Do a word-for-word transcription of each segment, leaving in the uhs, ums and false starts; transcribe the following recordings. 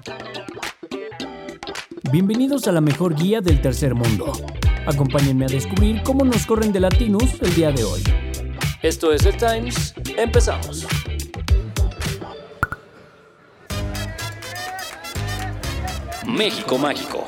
Bienvenidos a la mejor guía del tercer mundo. Acompáñenme a descubrir cómo nos corren de latinos el día de hoy. Esto es The Times. Empezamos. México mágico.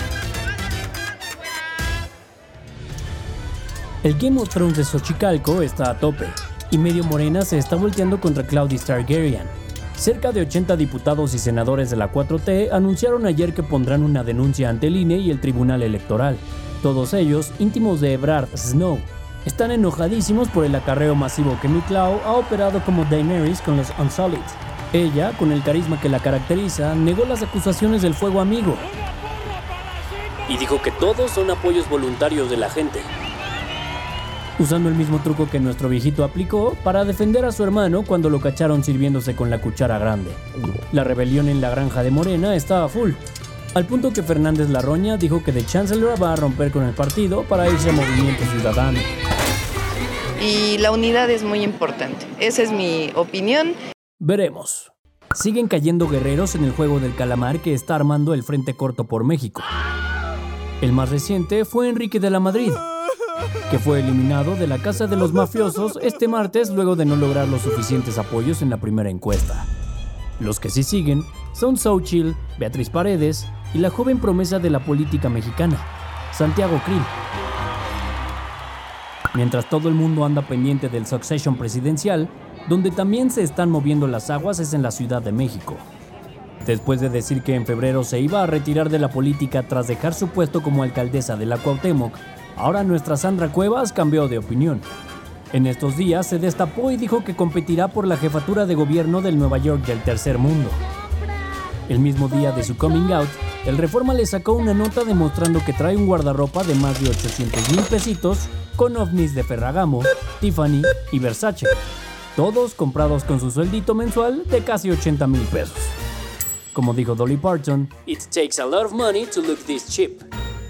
El Game of Thrones de Xochicalco está a tope, y medio Morena se está volteando contra Claudia Targaryen. Cerca de ochenta diputados y senadores de la cuatro T anunciaron ayer que pondrán una denuncia ante el I N E y el Tribunal Electoral. Todos ellos, íntimos de Ebrard Snow, están enojadísimos por el acarreo masivo que Miclao ha operado como Daenerys con los Unsullied. Ella, con el carisma que la caracteriza, negó las acusaciones del fuego amigo y dijo que todos son apoyos voluntarios de la gente, usando el mismo truco que nuestro viejito aplicó para defender a su hermano cuando lo cacharon sirviéndose con la cuchara grande. La rebelión en la granja de Morena está a full, al punto que Fernández Larroña dijo que The Chancellor va a romper con el partido para irse a Movimiento Ciudadano. Y la unidad es muy importante, esa es mi opinión. Veremos. Siguen cayendo guerreros en el juego del calamar que está armando el Frente Corto por México. El más reciente fue Enrique de la Madrid, que fue eliminado de la casa de los mafiosos este martes luego de no lograr los suficientes apoyos en la primera encuesta. Los que sí siguen son Xochitl, Beatriz Paredes y la joven promesa de la política mexicana, Santiago Krill. Mientras todo el mundo anda pendiente del succession presidencial, donde también se están moviendo las aguas es en la Ciudad de México. Después de decir que en febrero se iba a retirar de la política tras dejar su puesto como alcaldesa de la Cuauhtémoc, ahora nuestra Sandra Cuevas cambió de opinión. En estos días se destapó y dijo que competirá por la jefatura de gobierno del Nueva York del tercer mundo. El mismo día de su coming out, el Reforma le sacó una nota demostrando que trae un guardarropa de más de ochocientos mil pesitos con ovnis de Ferragamo, Tiffany y Versace, todos comprados con su sueldito mensual de casi ochenta mil pesos. Como dijo Dolly Parton, "It takes a lot of money to look this cheap".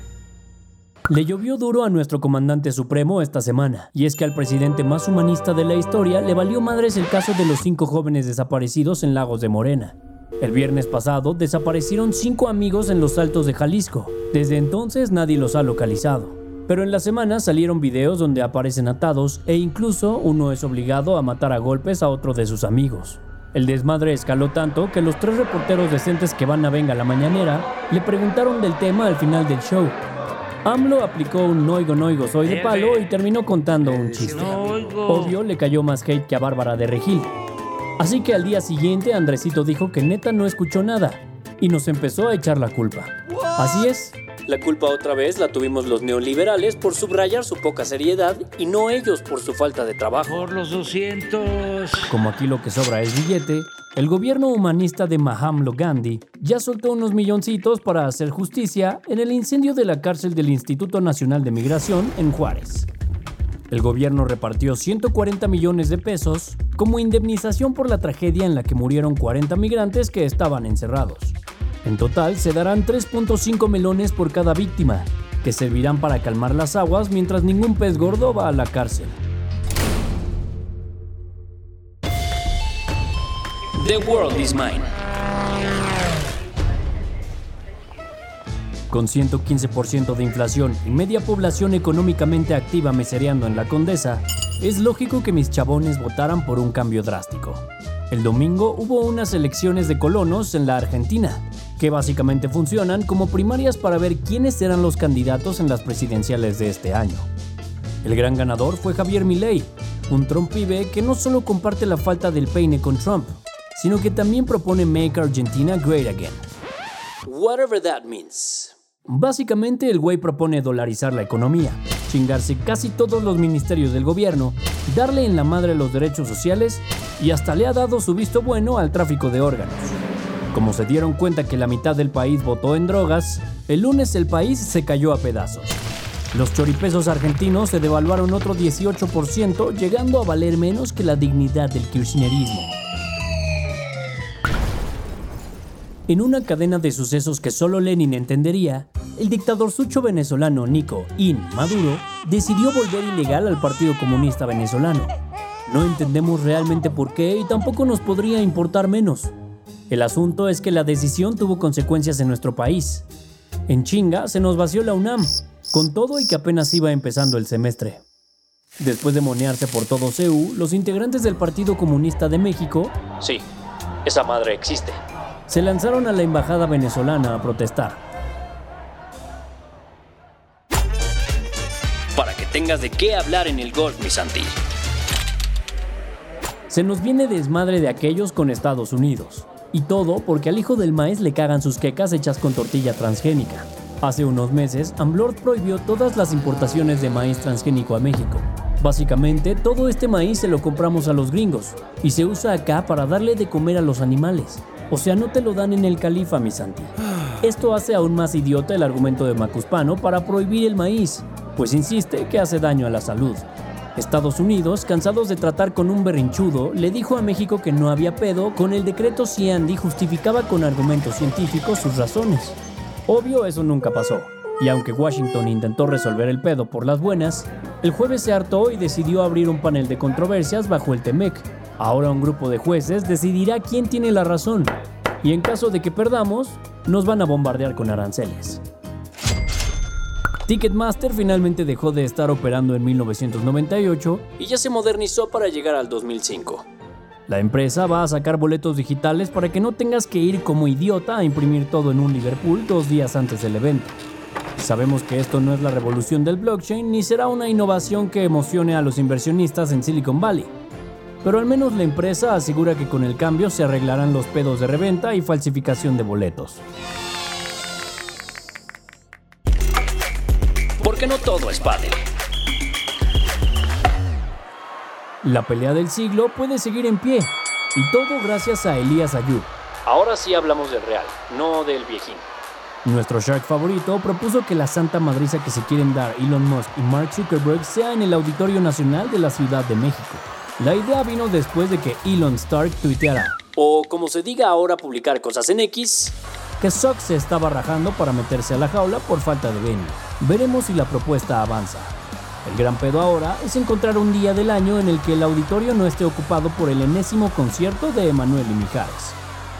Le llovió duro a nuestro comandante supremo esta semana, y es que al presidente más humanista de la historia le valió madres el caso de los cinco jóvenes desaparecidos en Lagos de Morena. El viernes pasado desaparecieron cinco amigos en los Altos de Jalisco. Desde entonces nadie los ha localizado. Pero en la semana salieron videos donde aparecen atados e incluso uno es obligado a matar a golpes a otro de sus amigos. El desmadre escaló tanto que los tres reporteros decentes que van a Venga la Mañanera le preguntaron del tema al final del show. AMLO aplicó un no oigo, no oigo, soy de palo y terminó contando un chiste. Obvio, le cayó más hate que a Bárbara de Regil. Así que al día siguiente Andresito dijo que neta no escuchó nada y nos empezó a echar la culpa. Así es, la culpa otra vez la tuvimos los neoliberales por subrayar su poca seriedad y no ellos por su falta de trabajo. Por los doscientos. Como aquí lo que sobra es billete, el gobierno humanista de Mahatma Gandhi ya soltó unos milloncitos para hacer justicia en el incendio de la cárcel del Instituto Nacional de Migración en Juárez. El gobierno repartió ciento cuarenta millones de pesos como indemnización por la tragedia en la que murieron cuarenta migrantes que estaban encerrados. En total se darán tres punto cinco melones por cada víctima, que servirán para calmar las aguas mientras ningún pez gordo va a la cárcel. The world is mine. Con ciento quince por ciento de inflación y media población económicamente activa mesereando en la Condesa, es lógico que mis chabones votaran por un cambio drástico. El domingo hubo unas elecciones de colonos en la Argentina, que básicamente funcionan como primarias para ver quiénes eran los candidatos en las presidenciales de este año. El gran ganador fue Javier Milei, un trompibe que no solo comparte la falta del peine con Trump, sino que también propone Make Argentina Great Again. Whatever that means. Básicamente el güey propone dolarizar la economía, chingarse casi todos los ministerios del gobierno, darle en la madre los derechos sociales y hasta le ha dado su visto bueno al tráfico de órganos. Como se dieron cuenta que la mitad del país votó en drogas, el lunes el país se cayó a pedazos. Los choripesos argentinos se devaluaron otro dieciocho por ciento, llegando a valer menos que la dignidad del kirchnerismo. En una cadena de sucesos que solo Lenin entendería, el dictadorzucho venezolano Nico In Maduro decidió volver ilegal al Partido Comunista Venezolano. No entendemos realmente por qué y tampoco nos podría importar menos. El asunto es que la decisión tuvo consecuencias en nuestro país. En chinga se nos vació la UNAM, con todo y que apenas iba empezando el semestre. Después de monearse por todo C U, los integrantes del Partido Comunista de México, sí, esa madre existe, se lanzaron a la embajada venezolana a protestar. Para que tengas de qué hablar en el golf, mi Santi. Se nos viene desmadre de aquellos con Estados Unidos. Y todo porque al hijo del maíz le cagan sus quecas hechas con tortilla transgénica. Hace unos meses, AMLOR prohibió todas las importaciones de maíz transgénico a México. Básicamente, todo este maíz se lo compramos a los gringos y se usa acá para darle de comer a los animales. O sea, no te lo dan en el Califa, mi Santi. Esto hace aún más idiota el argumento de Macuspano para prohibir el maíz, pues insiste que hace daño a la salud. Estados Unidos, cansados de tratar con un berrinchudo, le dijo a México que no había pedo con el decreto si Andy justificaba con argumentos científicos sus razones. Obvio, eso nunca pasó. Y aunque Washington intentó resolver el pedo por las buenas, el jueves se hartó y decidió abrir un panel de controversias bajo el Temec. Ahora un grupo de jueces decidirá quién tiene la razón. Y en caso de que perdamos, nos van a bombardear con aranceles. Ticketmaster finalmente dejó de estar operando en mil novecientos noventa y ocho y ya se modernizó para llegar al dos mil cinco. La empresa va a sacar boletos digitales para que no tengas que ir como idiota a imprimir todo en un Liverpool dos días antes del evento. Sabemos que esto no es la revolución del blockchain ni será una innovación que emocione a los inversionistas en Silicon Valley. Pero al menos la empresa asegura que con el cambio se arreglarán los pedos de reventa y falsificación de boletos. Porque no todo es pádel. La pelea del siglo puede seguir en pie, y todo gracias a Elías Ayub. Ahora sí hablamos del real, no del viejín. Nuestro Shark favorito propuso que la santa madriza que se quieren dar Elon Musk y Mark Zuckerberg sea en el Auditorio Nacional de la Ciudad de México. La idea vino después de que Elon Stark tuiteara, o como se diga ahora publicar cosas en X, que Zuck se estaba rajando para meterse a la jaula por falta de venue. Veremos si la propuesta avanza. El gran pedo ahora es encontrar un día del año en el que el auditorio no esté ocupado por el enésimo concierto de Emanuel y Mijares.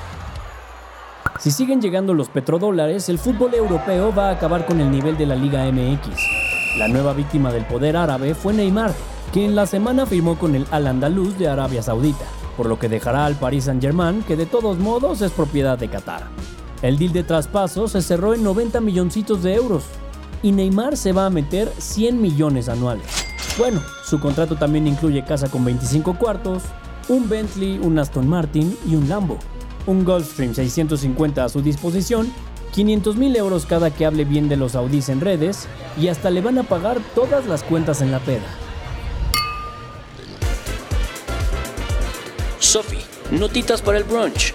Si siguen llegando los petrodólares, el fútbol europeo va a acabar con el nivel de la Liga M X. La nueva víctima del poder árabe fue Neymar, que en la semana firmó con el Al-Andalus de Arabia Saudita, por lo que dejará al Paris Saint-Germain, que de todos modos es propiedad de Qatar. El deal de traspaso se cerró en noventa milloncitos de euros, y Neymar se va a meter cien millones anuales. Bueno, su contrato también incluye casa con veinticinco cuartos, un Bentley, un Aston Martin y un Lambo, un Gulfstream seiscientos cincuenta a su disposición, quinientos mil euros cada que hable bien de los Audis en redes, y hasta le van a pagar todas las cuentas en la peda. Sofi, notitas para el brunch.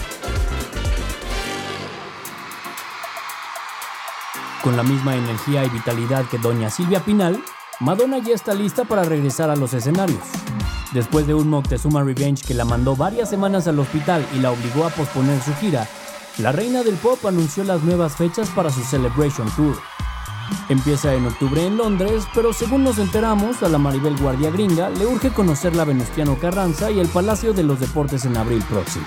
Con la misma energía y vitalidad que doña Silvia Pinal, Madonna ya está lista para regresar a los escenarios. Después de un Moctezuma Revenge que la mandó varias semanas al hospital y la obligó a posponer su gira, la reina del pop anunció las nuevas fechas para su Celebration Tour. Empieza en octubre en Londres, pero según nos enteramos, a la Maribel Guardia gringa le urge conocer la Venustiano Carranza y el Palacio de los Deportes en abril próximo.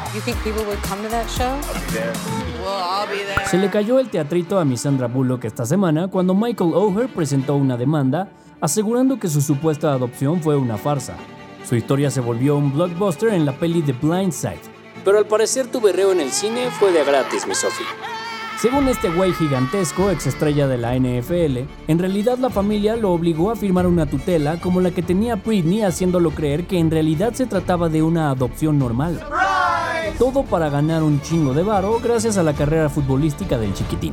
Se le cayó el teatrito a Miss Sandra Bullock esta semana cuando Michael Oher presentó una demanda asegurando que su supuesta adopción fue una farsa. Su historia se volvió un blockbuster en la peli The Blind Side. Pero al parecer tu berreo en el cine fue de gratis, mi Sofi. Según este güey gigantesco, exestrella de la N F L, en realidad la familia lo obligó a firmar una tutela como la que tenía Britney, haciéndolo creer que en realidad se trataba de una adopción normal. ¡Surprise! Todo para ganar un chingo de varo gracias a la carrera futbolística del chiquitín.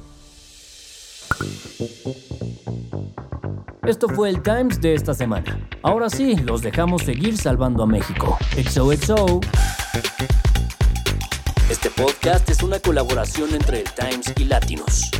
Esto fue el Times de esta semana. Ahora sí, los dejamos seguir salvando a México. X O X O. Este podcast es una colaboración entre el Times y Latinos.